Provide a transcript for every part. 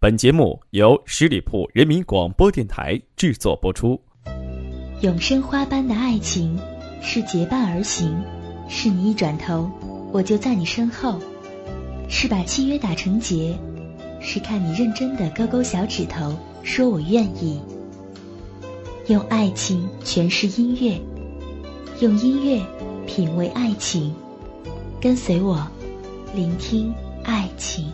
本节目由十里铺人民广播电台制作播出。 永生花般的爱情是结伴而行，是你一转头我就在你身后，是把契约打成结，是看你认真的勾勾小指头说我愿意。用爱情诠释音乐，用音乐品味爱情，跟随我聆听爱情。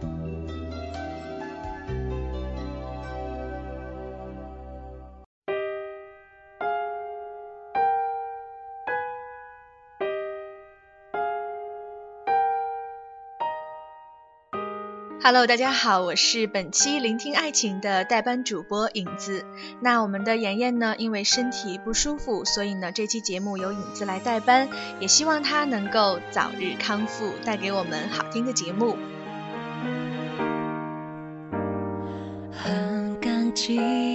Hello， 大家好，我是本期聆听爱情的代班主播影子。那我们的妍妍呢，因为身体不舒服，所以呢，这期节目由影子来代班，也希望她能够早日康复，带给我们好听的节目。很感激。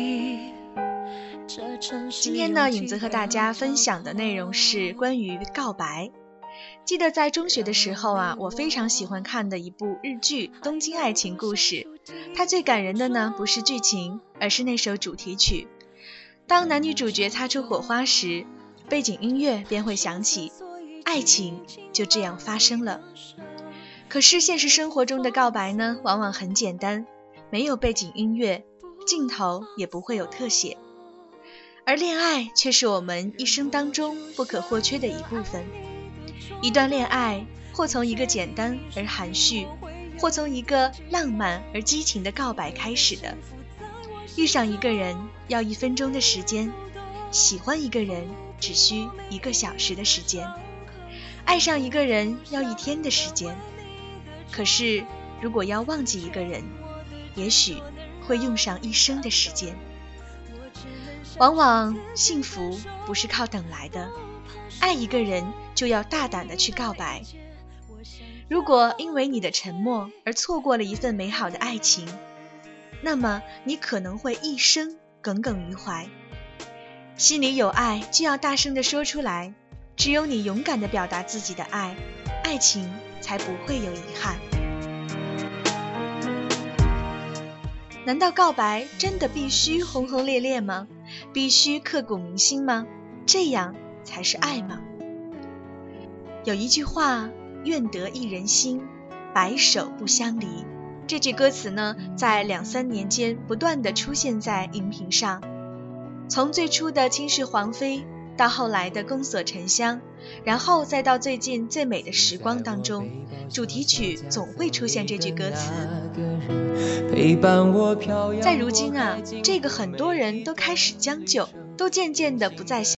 今天呢，影子和大家分享的内容是关于告白。记得在中学的时候啊，我非常喜欢看的一部日剧《东京爱情故事》，它最感人的呢，不是剧情，而是那首主题曲。当男女主角擦出火花时，背景音乐便会响起，爱情就这样发生了。可是现实生活中的告白呢，往往很简单，没有背景音乐，镜头也不会有特写。而恋爱却是我们一生当中不可或缺的一部分。一段恋爱或从一个简单而含蓄，或从一个浪漫而激情的告白开始的。遇上一个人要1分钟的时间，喜欢一个人只需1个小时的时间，爱上一个人要1天的时间。可是如果要忘记一个人，也许会用上1生的时间。往往幸福不是靠等来的，爱一个人就要大胆地去告白。如果因为你的沉默而错过了一份美好的爱情，那么你可能会一生耿耿于怀。心里有爱就要大声地说出来，只有你勇敢地表达自己的爱，爱情才不会有遗憾。难道告白真的必须轰轰烈烈吗？必须刻骨铭心吗？这样才是爱吗？有一句话，愿得一人心，白首不相离。这句歌词呢，在2-3年间不断地出现在荧屏上。从最初的倾世皇妃，到后来的宫锁沉香，然后再到最近最美的时光当中，主题曲总会出现这句歌词。在如今啊，这个很多人都开始将就，都渐渐地不再